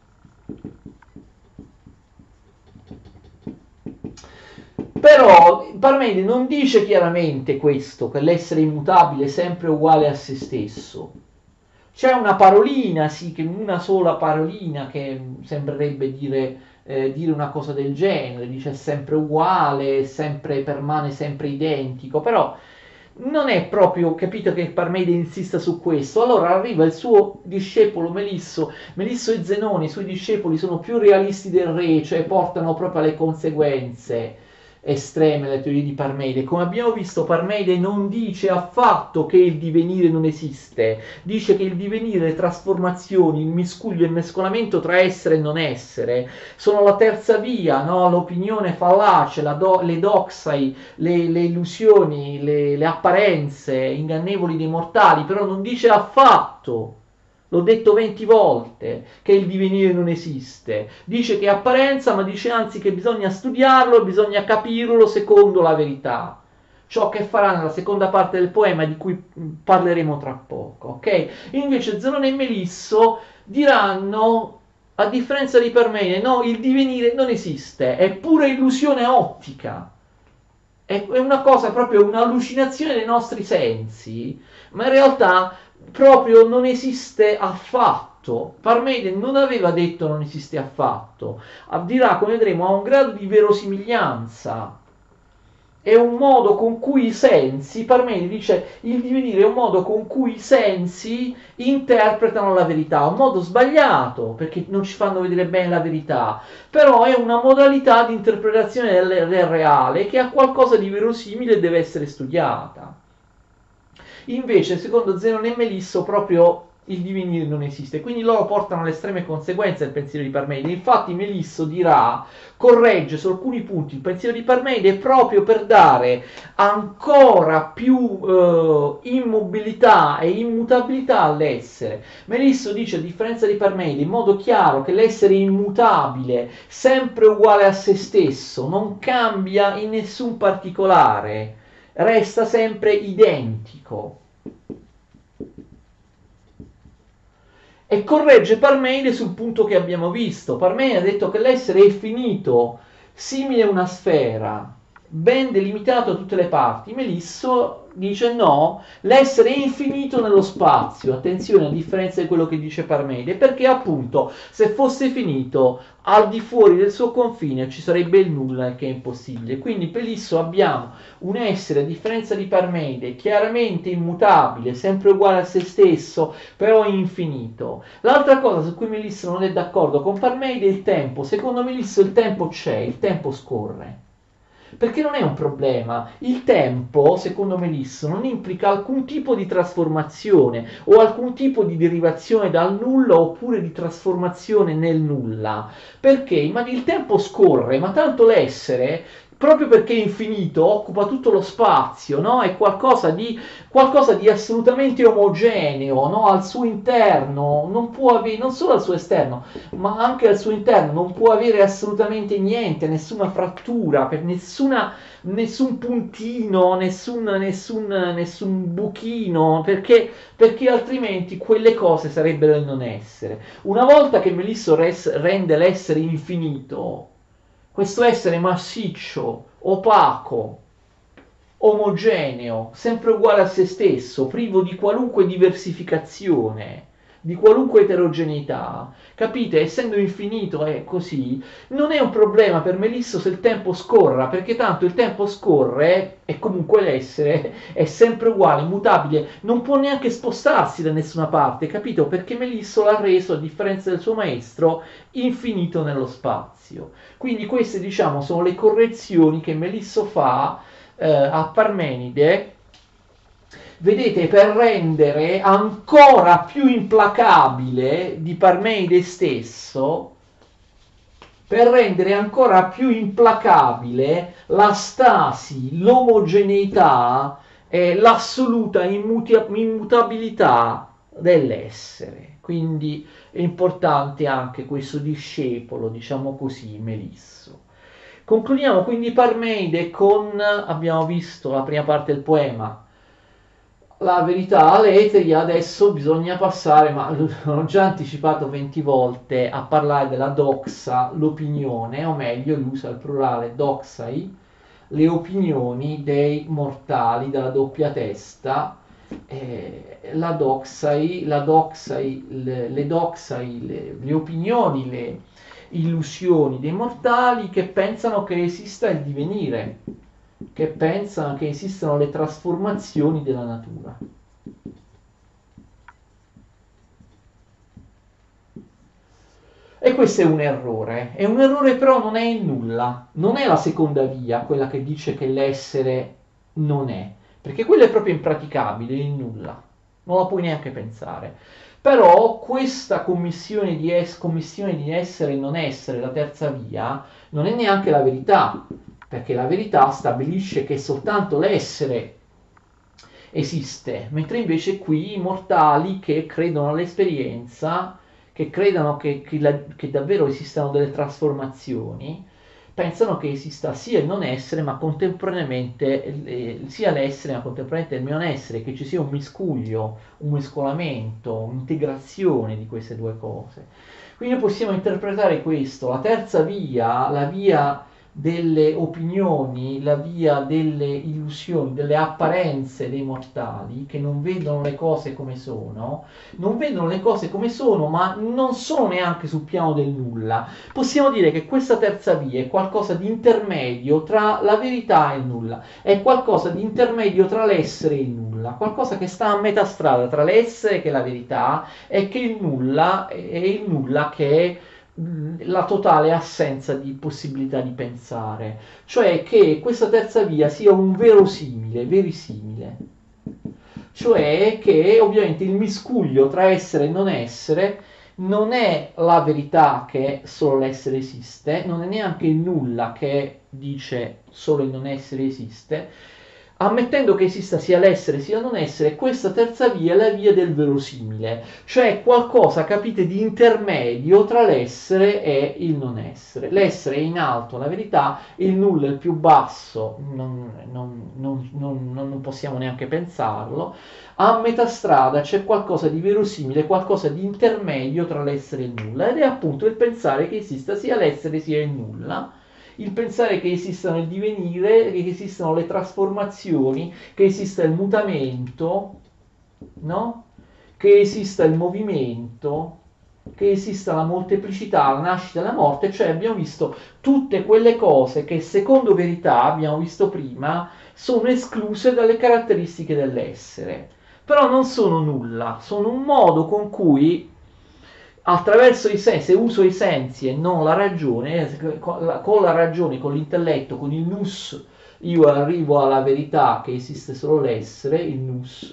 Però Parmenide non dice chiaramente questo, che l'essere immutabile è sempre uguale a se stesso. C'è una parolina, sì, che una sola parolina che sembrerebbe dire una cosa del genere, dice è sempre uguale, sempre permane sempre identico, però non è proprio capito che Parmenide insista su questo. Allora arriva il suo discepolo Melisso, Melisso e Zenone, i suoi discepoli sono più realisti del re, cioè portano proprio alle conseguenze estreme le teorie di Parmenide. Come abbiamo visto, Parmenide non dice affatto che il divenire non esiste, dice che il divenire, le trasformazioni, il miscuglio e il mescolamento tra essere e non essere sono la terza via, no? L'opinione fallace, le doxai, le illusioni, le apparenze ingannevoli dei mortali, però non dice affatto, l'ho detto 20 volte, che il divenire non esiste. Dice che è apparenza, ma dice anzi che bisogna studiarlo, bisogna capirlo secondo la verità. Ciò che farà nella seconda parte del poema, di cui parleremo tra poco, ok? Invece Zenone e Melisso diranno, a differenza di Parmenide, no, il divenire non esiste, è pura illusione ottica. È una cosa, proprio un'allucinazione dei nostri sensi, ma in realtà proprio non esiste affatto. Parmenide non aveva detto non esiste affatto, dirà, come vedremo, a un grado di verosimiglianza. È un modo con cui i sensi, Parmenide dice il divenire è un modo con cui i sensi interpretano la verità, un modo sbagliato perché non ci fanno vedere bene la verità, però è una modalità di interpretazione del reale che ha qualcosa di verosimile e deve essere studiata. Invece, secondo Zenone e Melisso, proprio il divenire non esiste, quindi loro portano alle estreme conseguenze il pensiero di Parmenide. Infatti Melisso dirà, corregge su alcuni punti il pensiero di Parmenide proprio per dare ancora più immobilità e immutabilità all'essere. Melisso dice, a differenza di Parmenide, in modo chiaro che l'essere è immutabile, sempre uguale a se stesso, non cambia in nessun particolare, resta sempre identico. E corregge Parmenide sul punto che abbiamo visto. Parmenide ha detto che l'essere è finito, simile a una sfera, ben delimitato da tutte le parti. Melisso dice no, l'essere è infinito nello spazio. Attenzione, a differenza di quello che dice Parmenide, perché appunto se fosse finito al di fuori del suo confine ci sarebbe il nulla, che è impossibile. Quindi per Melisso abbiamo un essere, a differenza di Parmenide, chiaramente immutabile, sempre uguale a se stesso, però infinito. L'altra cosa su cui Melisso non è d'accordo con Parmenide è il tempo. Secondo Melisso il tempo c'è, il tempo scorre. Perché non è un problema. Il tempo, secondo Melisso, non implica alcun tipo di trasformazione o alcun tipo di derivazione dal nulla oppure di trasformazione nel nulla. Perché? Il tempo scorre, ma tanto l'essere, proprio perché è infinito, occupa tutto lo spazio, no? È qualcosa di assolutamente omogeneo, no? Al suo interno, non può avere, non solo al suo esterno, ma anche al suo interno, non può avere assolutamente niente, nessuna frattura, per nessun puntino, nessun buchino, perché altrimenti quelle cose sarebbero il non essere. Una volta che Melisso rende l'essere infinito, questo essere massiccio, opaco, omogeneo, sempre uguale a se stesso, privo di qualunque diversificazione, di qualunque eterogeneità, capite? Essendo infinito è così, non è un problema per Melisso se il tempo scorra, perché tanto il tempo scorre e comunque l'essere è sempre uguale, immutabile, non può neanche spostarsi da nessuna parte, capito? Perché Melisso l'ha reso, a differenza del suo maestro, infinito nello spazio. Quindi queste, diciamo, sono le correzioni che Melisso fa a Parmenide, vedete, per rendere ancora più implacabile di Parmenide stesso, per rendere ancora più implacabile la stasi, l'omogeneità e l'assoluta immutabilità dell'essere. Quindi è importante anche questo discepolo, diciamo così, Melisso. Concludiamo quindi Parmenide con, abbiamo visto la prima parte del poema, la verità aleteria. Adesso bisogna passare, ma l'ho già anticipato 20 volte, a parlare della doxa, l'opinione, o meglio, lui usa il plurale doxai, le opinioni dei mortali della doppia testa. Le doxai, le opinioni, le illusioni dei mortali che pensano che esista il divenire, che pensano che esistano le trasformazioni della natura. E questo è un errore però non è il nulla, non è la seconda via, quella che dice che l'essere non è, perché quello è proprio impraticabile, è il nulla, non la puoi neanche pensare. Però questa commissione di essere e non essere, la terza via, non è neanche la verità, perché la verità stabilisce che soltanto l'essere esiste, mentre invece qui i mortali che credono all'esperienza, che credono che davvero esistano delle trasformazioni, pensano che esista sia il non essere, ma contemporaneamente sia l'essere, ma contemporaneamente il non essere, che ci sia un miscuglio, un mescolamento, un'integrazione di queste due cose. Quindi possiamo interpretare questo, la terza via, la via delle opinioni, la via delle illusioni, delle apparenze dei mortali che non vedono le cose come sono, non vedono le cose come sono, ma non sono neanche sul piano del nulla. Possiamo dire che questa terza via è qualcosa di intermedio tra la verità e il nulla, è qualcosa di intermedio tra l'essere e il nulla, qualcosa che sta a metà strada tra l'essere che è la verità e che il nulla è il nulla che è la totale assenza di possibilità di pensare, cioè che questa terza via sia un verosimile, verisimile, cioè che ovviamente il miscuglio tra essere e non essere non è la verità che solo l'essere esiste, non è neanche il nulla che dice solo il non essere esiste, ammettendo che esista sia l'essere sia il non essere, questa terza via è la via del verosimile, cioè qualcosa, capite, di intermedio tra l'essere e il non essere. L'essere è in alto, la verità, il nulla è il più basso, non possiamo neanche pensarlo. A metà strada c'è qualcosa di verosimile, qualcosa di intermedio tra l'essere e il nulla, ed è appunto il pensare che esista sia l'essere sia il nulla, il pensare che esistano il divenire, che esistano le trasformazioni, che esista il mutamento, no? Che esista il movimento, che esista la molteplicità, la nascita e la morte, cioè abbiamo visto tutte quelle cose che secondo verità, abbiamo visto prima, sono escluse dalle caratteristiche dell'essere. Però non sono nulla, sono un modo con cui attraverso i sensi, se uso i sensi e non la ragione, con la ragione, con l'intelletto, con il nous, io arrivo alla verità che esiste solo l'essere, il nous.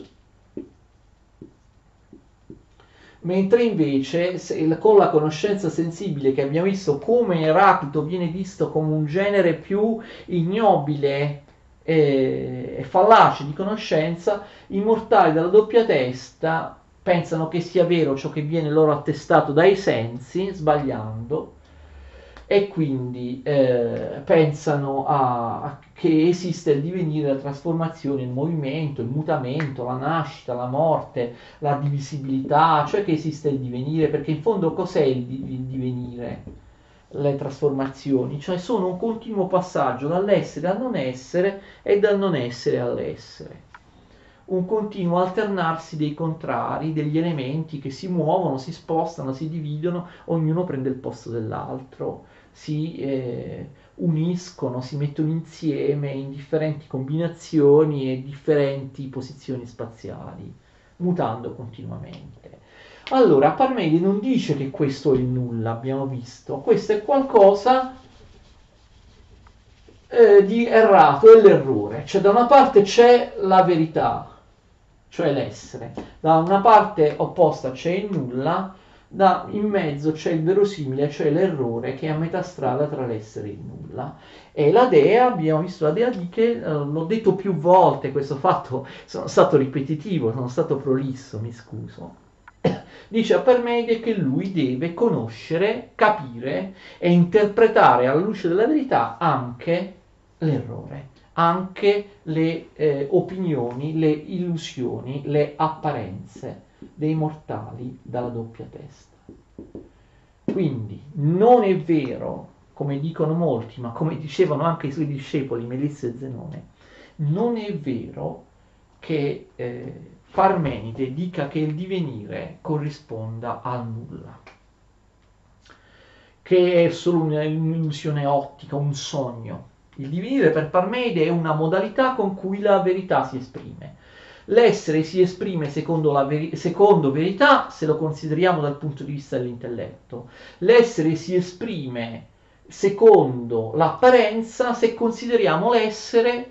Mentre invece con la conoscenza sensibile che abbiamo visto come Eraclito viene visto come un genere più ignobile e fallace di conoscenza, i mortali dalla doppia testa pensano che sia vero ciò che viene loro attestato dai sensi, sbagliando, e quindi pensano che esiste il divenire, la trasformazione, il movimento, il mutamento, la nascita, la morte, la divisibilità, cioè che esiste il divenire, perché in fondo cos'è il divenire? Le trasformazioni, cioè sono un continuo passaggio dall'essere al non essere e dal non essere all'essere. un continuo alternarsi dei contrari, degli elementi che si muovono, si spostano, si dividono, ognuno prende il posto dell'altro, si uniscono, si mettono insieme in differenti combinazioni e differenti posizioni spaziali, mutando continuamente. Allora, Parmenide non dice che questo è il nulla, abbiamo visto, questo è qualcosa di errato, è l'errore, cioè da una parte c'è la verità, cioè l'essere, da una parte opposta c'è il nulla, in mezzo c'è il verosimile, cioè l'errore che è a metà strada tra l'essere e il nulla. E la dea, abbiamo visto la dea di che, l'ho detto più volte questo fatto, sono stato ripetitivo, sono stato prolisso, mi scuso. Dice a Parmenide che lui deve conoscere, capire e interpretare alla luce della verità anche l'errore, anche le opinioni, le illusioni, le apparenze dei mortali dalla doppia testa. Quindi non è vero, come dicono molti, ma come dicevano anche i suoi discepoli Melissa e Zenone, non è vero che Parmenide dica che il divenire corrisponda al nulla, che è solo un'illusione ottica, un sogno. Il divenire per Parmenide è una modalità con cui la verità si esprime. L'essere si esprime secondo verità se lo consideriamo dal punto di vista dell'intelletto. L'essere si esprime secondo l'apparenza se consideriamo l'essere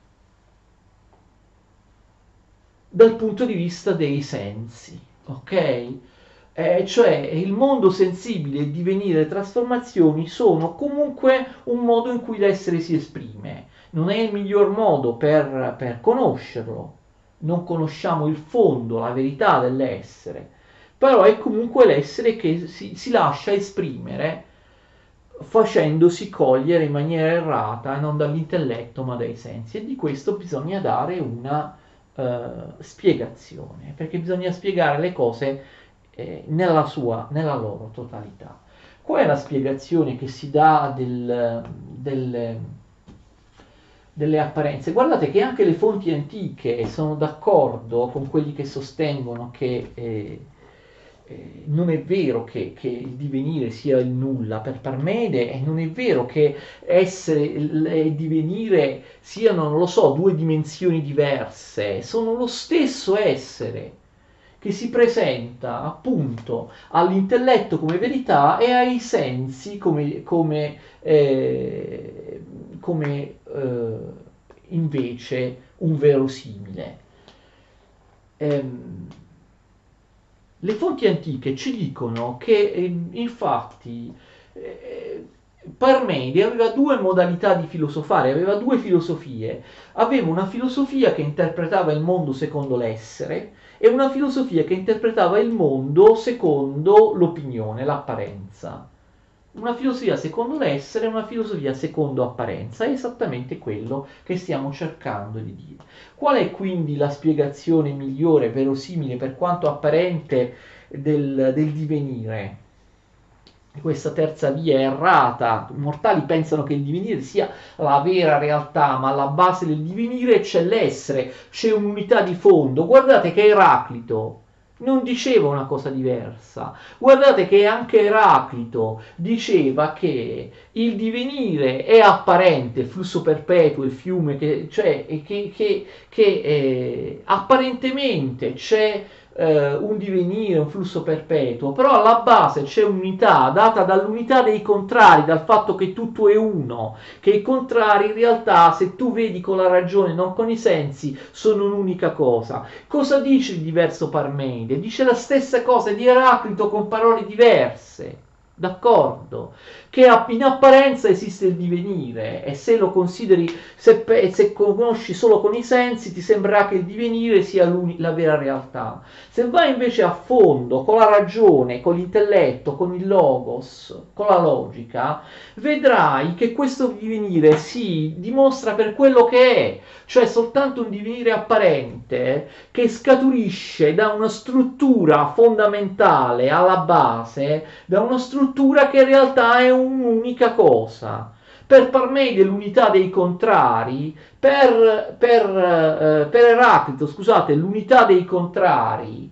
dal punto di vista dei sensi, ok? Cioè il mondo sensibile, il divenire, le trasformazioni sono comunque un modo in cui l'essere si esprime. Non è il miglior modo per conoscerlo, non conosciamo il fondo, la verità dell'essere, però è comunque l'essere che si lascia esprimere facendosi cogliere in maniera errata, non dall'intelletto ma dai sensi, e di questo bisogna dare una spiegazione, perché bisogna spiegare le cose nella loro totalità. Qual è la spiegazione che si dà delle apparenze? Guardate che anche le fonti antiche sono d'accordo con quelli che sostengono che non è vero che il divenire sia il nulla per Parmenide, e non è vero che essere e divenire siano, non lo so, due dimensioni diverse, sono lo stesso essere che si presenta appunto all'intelletto come verità e ai sensi come invece un verosimile. Le fonti antiche ci dicono che infatti Parmenide aveva due modalità di filosofare, aveva due filosofie. Aveva una filosofia che interpretava il mondo secondo l'essere e una filosofia che interpretava il mondo secondo l'opinione, l'apparenza. Una filosofia secondo l'essere e una filosofia secondo apparenza, è esattamente quello che stiamo cercando di dire. Qual è quindi la spiegazione migliore, verosimile, per quanto apparente del divenire? Questa terza via è errata. I mortali pensano che il divenire sia la vera realtà, ma alla base del divenire c'è l'essere, c'è un'unità di fondo. Guardate che Eraclito non diceva una cosa diversa. Guardate che anche Eraclito diceva che il divenire è apparente, il flusso perpetuo, il fiume, che apparentemente c'è un divenire, un flusso perpetuo, però alla base c'è unità data dall'unità dei contrari, dal fatto che tutto è uno, che i contrari in realtà, se tu vedi con la ragione, non con i sensi, sono un'unica cosa. Cosa dice il diverso Parmenide? Dice la stessa cosa di Eraclito con parole diverse. D'accordo? Che in apparenza esiste il divenire, e se lo consideri, se conosci solo con i sensi, ti sembrerà che il divenire sia la vera realtà. Se vai invece a fondo, con la ragione, con l'intelletto, con il logos, con la logica, vedrai che questo divenire si dimostra per quello che è, cioè soltanto un divenire apparente che scaturisce da una struttura fondamentale alla base, da una struttura che in realtà è un'unica cosa. per Parmenide l'unità dei contrari, per Eraclito, scusate, l'unità dei contrari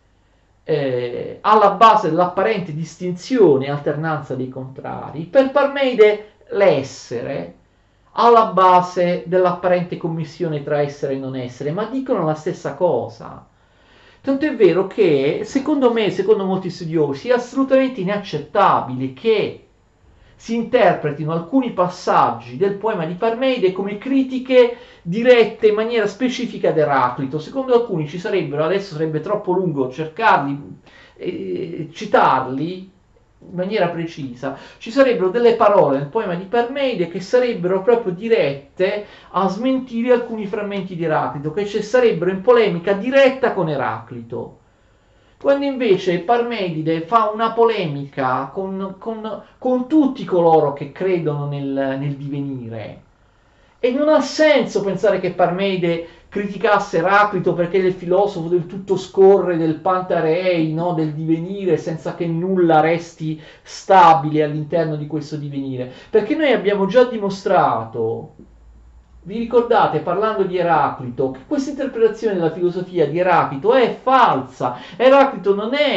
alla base dell'apparente distinzione e alternanza dei contrari, per Parmenide l'essere alla base dell'apparente commissione tra essere e non essere, ma dicono la stessa cosa. Tanto è vero che, secondo me, secondo molti studiosi, è assolutamente inaccettabile che si interpretino alcuni passaggi del poema di Parmenide come critiche dirette in maniera specifica ad Eraclito. Secondo alcuni ci sarebbero, adesso sarebbe troppo lungo cercarli, citarli in maniera precisa, ci sarebbero delle parole nel poema di Parmenide che sarebbero proprio dirette a smentire alcuni frammenti di Eraclito, che ci sarebbero in polemica diretta con Eraclito. Quando invece Parmenide fa una polemica con tutti coloro che credono nel divenire. E non ha senso pensare che Parmenide criticasse Eraclito perché è il filosofo del tutto scorre, del pantarei, no? Del divenire, senza che nulla resti stabile all'interno di questo divenire. Perché noi abbiamo già dimostrato, vi ricordate parlando di Eraclito, che questa interpretazione della filosofia di Eraclito è falsa. Eraclito non è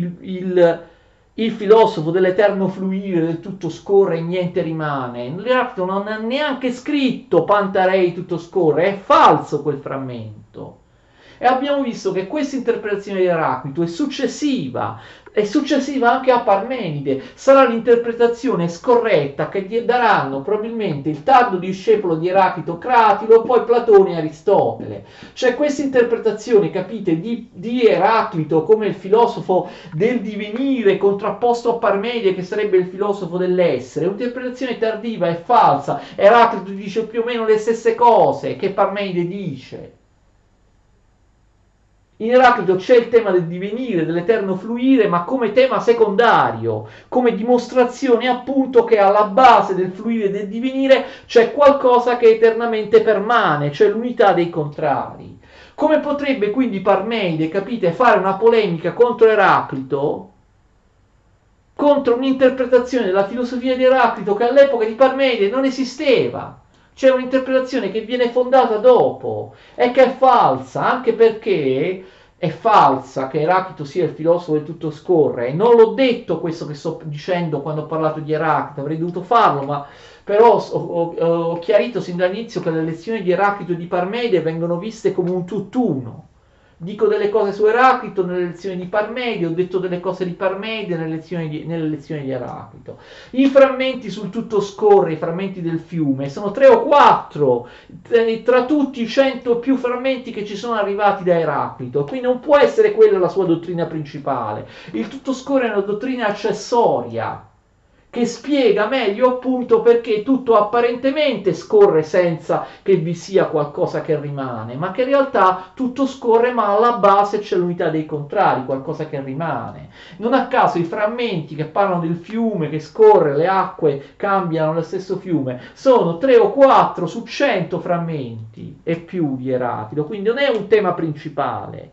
il filosofo dell'eterno fluire, del tutto scorre e niente rimane. Eraclito non ha neanche scritto Pantarei tutto scorre, è falso quel frammento. E abbiamo visto che questa interpretazione di Eraclito è successiva anche a Parmenide, sarà l'interpretazione scorretta che gli daranno probabilmente il tardo discepolo di Eraclito Cratilo, poi Platone e Aristotele. Cioè questa interpretazione, capite, di Eraclito come il filosofo del divenire contrapposto a Parmenide che sarebbe il filosofo dell'essere, è un'interpretazione tardiva e falsa. Eraclito dice più o meno le stesse cose che Parmenide dice. In Eraclito c'è il tema del divenire, dell'eterno fluire, ma come tema secondario, come dimostrazione appunto che alla base del fluire e del divenire c'è qualcosa che eternamente permane, cioè l'unità dei contrari. Come potrebbe quindi Parmenide, capite, fare una polemica contro Eraclito, contro un'interpretazione della filosofia di Eraclito che all'epoca di Parmenide non esisteva? C'è un'interpretazione che viene fondata dopo e che è falsa, anche perché è falsa che Eraclito sia il filosofo del tutto scorre. Non l'ho detto questo che sto dicendo quando ho parlato di Eraclito, avrei dovuto farlo, ma però ho chiarito sin dall'inizio che le lezioni di Eraclito e di Parmenide vengono viste come un tutt'uno. Dico delle cose su Eraclito nelle lezioni di Parmenide, ho detto delle cose di Parmenide nelle lezioni di Eraclito. I frammenti sul tutto scorre, i frammenti del fiume, sono 3 o 4, tra tutti i 100 più frammenti che ci sono arrivati da Eraclito, quindi non può essere quella la sua dottrina principale. Il tutto scorre è una dottrina accessoria, che spiega meglio appunto perché tutto apparentemente scorre senza che vi sia qualcosa che rimane, ma che in realtà tutto scorre ma alla base c'è l'unità dei contrari, qualcosa che rimane. Non a caso i frammenti che parlano del fiume che scorre, le acque cambiano lo stesso fiume, sono 3 o 4 su 100 frammenti e più di Eraclito, quindi non è un tema principale.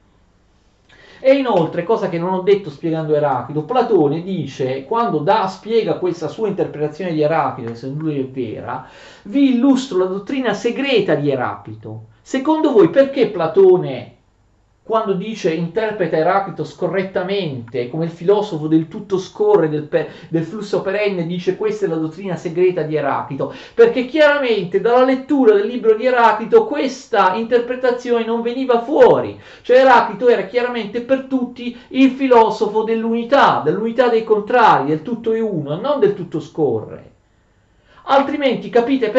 E inoltre, cosa che non ho detto spiegando Eraclito, Platone dice, quando spiega questa sua interpretazione di Eraclito, se lui è vera, vi illustro la dottrina segreta di Eraclito. Secondo voi perché Platone, quando dice interpreta Eraclito scorrettamente, come il filosofo del tutto scorre, del flusso perenne, dice questa è la dottrina segreta di Eraclito? Perché chiaramente dalla lettura del libro di Eraclito questa interpretazione non veniva fuori. Cioè Eraclito era chiaramente per tutti il filosofo dell'unità dei contrari, del tutto è uno, non del tutto scorre. Altrimenti capite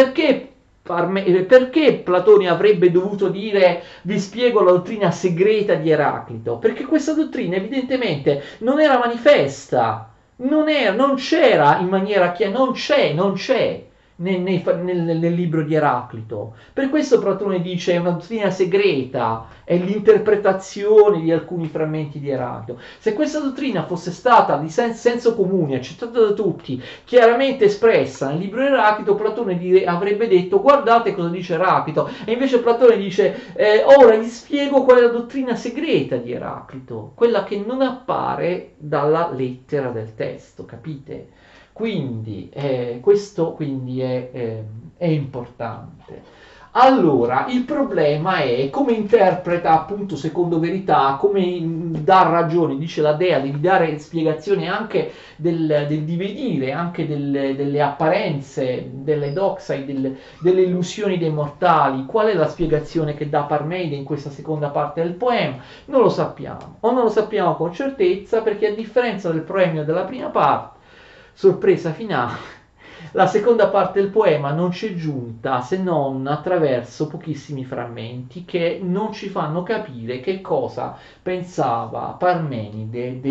perché Platone avrebbe dovuto dire vi spiego la dottrina segreta di Eraclito? Perché questa dottrina evidentemente non era manifesta, non c'era in maniera chiara, non c'è nel libro di Eraclito. Per questo Platone dice è una dottrina segreta, è l'interpretazione di alcuni frammenti di Eraclito. Se questa dottrina fosse stata di senso comune, accettata da tutti, chiaramente espressa nel libro di Eraclito, Platone avrebbe detto guardate cosa dice Eraclito, e invece Platone dice ora vi spiego qual è la dottrina segreta di Eraclito, quella che non appare dalla lettera del testo, capite? Quindi questo quindi è importante. Allora, il problema è come interpreta appunto secondo verità, come dà ragione, dice la Dea, devi dare spiegazione anche del divenire, anche delle apparenze, delle doxa, delle illusioni dei mortali. Qual è la spiegazione che dà Parmeide in questa seconda parte del poema? Non lo sappiamo, o non lo sappiamo con certezza perché a differenza del poema della prima parte, sorpresa finale, la seconda parte del poema non ci è giunta se non attraverso pochissimi frammenti che non ci fanno capire che cosa pensava Parmenide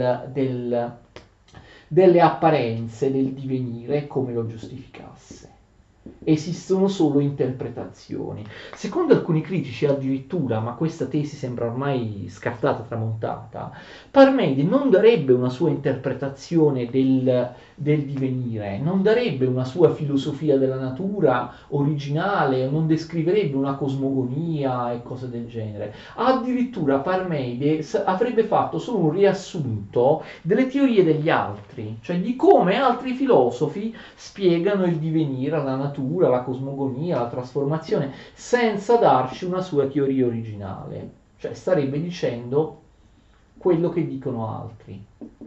delle apparenze del divenire e come lo giustificasse. Esistono solo interpretazioni. Secondo alcuni critici addirittura, ma questa tesi sembra ormai scartata, tramontata, Parmenide non darebbe una sua interpretazione del divenire, non darebbe una sua filosofia della natura originale, non descriverebbe una cosmogonia e cose del genere. Addirittura Parmenide avrebbe fatto solo un riassunto delle teorie degli altri, cioè di come altri filosofi spiegano il divenire, la natura, la cosmogonia, la trasformazione, senza darci una sua teoria originale. Cioè starebbe dicendo quello che dicono altri.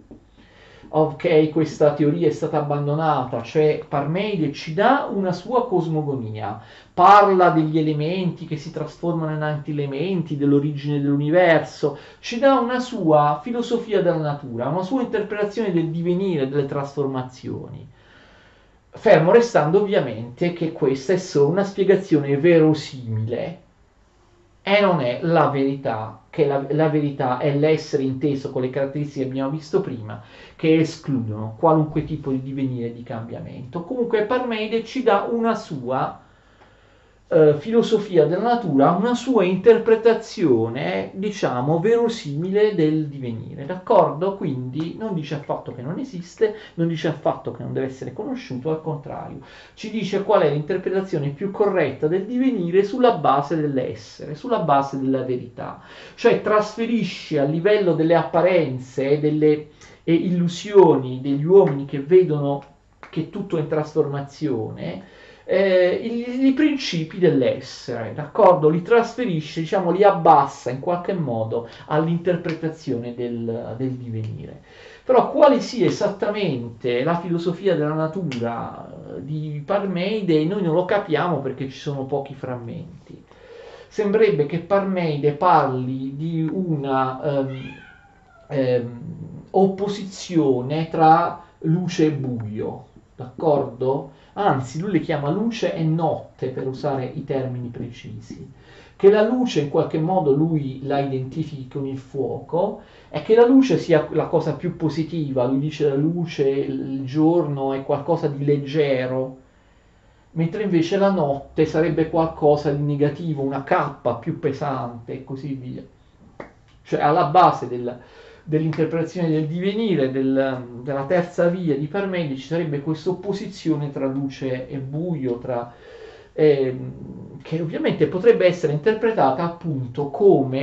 Ok, questa teoria è stata abbandonata, cioè Parmenide ci dà una sua cosmogonia, parla degli elementi che si trasformano in antielementi, dell'origine dell'universo, ci dà una sua filosofia della natura, una sua interpretazione del divenire, delle trasformazioni. Fermo restando ovviamente che questa è solo una spiegazione verosimile e non è la verità, che la verità è l'essere inteso con le caratteristiche che abbiamo visto prima, che escludono qualunque tipo di divenire e di cambiamento. Comunque Parmenide ci dà una sua filosofia della natura, una sua interpretazione, diciamo, verosimile del divenire, d'accordo? Quindi non dice affatto che non esiste, non dice affatto che non deve essere conosciuto, al contrario, ci dice qual è l'interpretazione più corretta del divenire sulla base dell'essere, sulla base della verità, cioè trasferisce a livello delle apparenze e delle illusioni degli uomini che vedono che tutto è in trasformazione, i principi dell'essere, d'accordo? Li trasferisce, diciamo, li abbassa in qualche modo all'interpretazione del divenire. Però quale sia esattamente la filosofia della natura di Parmenide noi non lo capiamo perché ci sono pochi frammenti. Sembrerebbe che Parmenide parli di una opposizione tra luce e buio, d'accordo? Anzi, lui le chiama luce e notte per usare i termini precisi. Che la luce in qualche modo lui la identifichi con il fuoco e che la luce sia la cosa più positiva. Lui dice la luce, il giorno è qualcosa di leggero, mentre invece la notte sarebbe qualcosa di negativo, una cappa più pesante e così via. Cioè alla base dell'interpretazione del divenire, della terza via di Parmenide ci sarebbe questa opposizione tra luce e buio, che ovviamente potrebbe essere interpretata appunto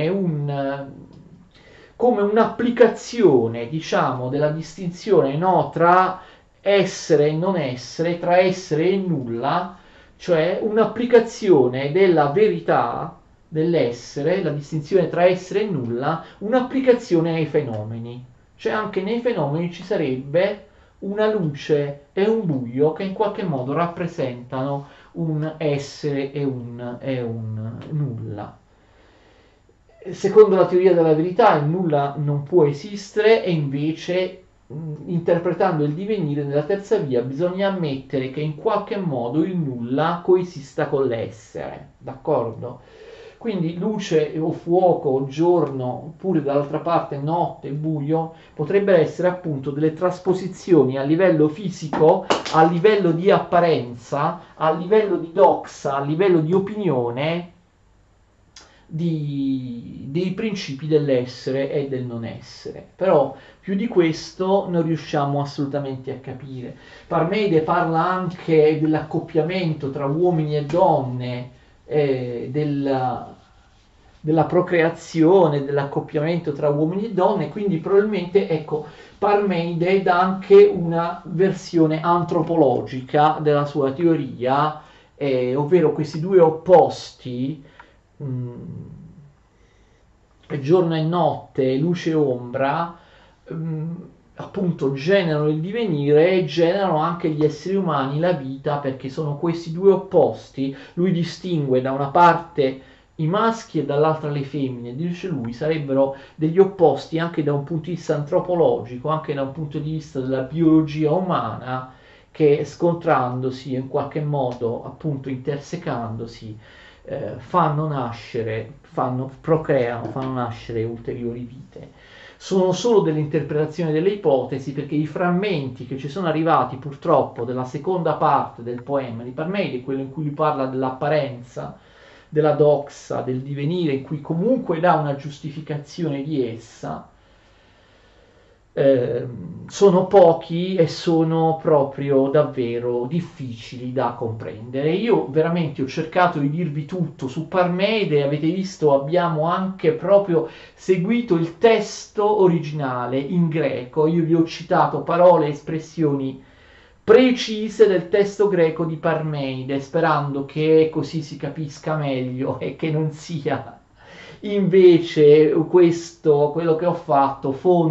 come un'applicazione, diciamo, della distinzione, no, tra essere e non essere, tra essere e nulla, cioè un'applicazione della verità dell'essere, la distinzione tra essere e nulla, un'applicazione ai fenomeni. Cioè anche nei fenomeni ci sarebbe una luce e un buio che in qualche modo rappresentano un essere e un nulla. Secondo la teoria della verità il nulla non può esistere e invece interpretando il divenire nella terza via bisogna ammettere che in qualche modo il nulla coesista con l'essere, d'accordo? Quindi luce o fuoco o giorno, oppure dall'altra parte notte, buio, potrebbero essere appunto delle trasposizioni a livello fisico, a livello di apparenza, a livello di doxa, a livello di opinione, dei principi dell'essere e del non essere. Però più di questo non riusciamo assolutamente a capire. Parmenide parla anche dell'accoppiamento tra uomini e donne, del della procreazione, dell'accoppiamento tra uomini e donne, quindi probabilmente, ecco, Parmenide dà anche una versione antropologica della sua teoria, ovvero questi due opposti, mh, giorno e notte, luce e ombra, mh, appunto generano il divenire e generano anche gli esseri umani, la vita, perché sono questi due opposti. Lui distingue da una parte i maschi e dall'altra le femmine, dice lui, sarebbero degli opposti anche da un punto di vista antropologico, anche da un punto di vista della biologia umana, che scontrandosi in qualche modo, appunto intersecandosi, fanno nascere, procreano, fanno nascere ulteriori vite. Sono solo delle interpretazioni delle ipotesi, perché i frammenti che ci sono arrivati purtroppo della seconda parte del poema di Parmenide, quello in cui lui parla dell'apparenza, della doxa, del divenire, in cui comunque dà una giustificazione di essa, sono pochi e sono proprio davvero difficili da comprendere. Io veramente ho cercato di dirvi tutto su Parmenide, avete visto, abbiamo anche proprio seguito il testo originale in greco, io vi ho citato parole e espressioni precise del testo greco di Parmenide, sperando che così si capisca meglio e che non sia invece questo, quello che ho fatto,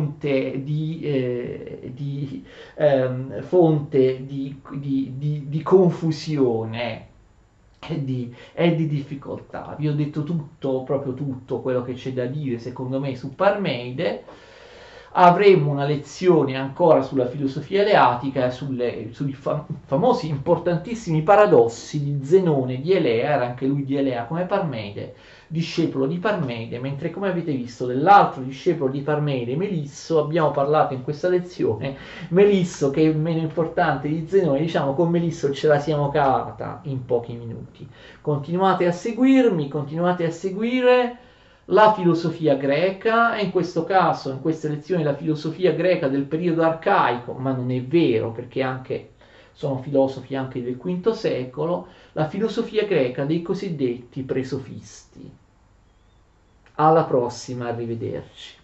fonte di confusione e di difficoltà. Vi ho detto tutto, proprio tutto quello che c'è da dire secondo me su Parmenide. Avremo una lezione ancora sulla filosofia eleatica e sui famosi importantissimi paradossi di Zenone di Elea, era anche lui di Elea come Parmenide, discepolo di Parmenide, mentre come avete visto dell'altro discepolo di Parmenide, Melisso, abbiamo parlato in questa lezione. Melisso, che è meno importante di Zenone, diciamo con Melisso ce la siamo cavata in pochi minuti. Continuate a seguirmi, continuate a seguire la filosofia greca, e in questo caso, in queste lezioni, la filosofia greca del periodo arcaico, ma non è vero perché anche sono filosofi anche del V secolo, la filosofia greca dei cosiddetti presofisti. Alla prossima, arrivederci.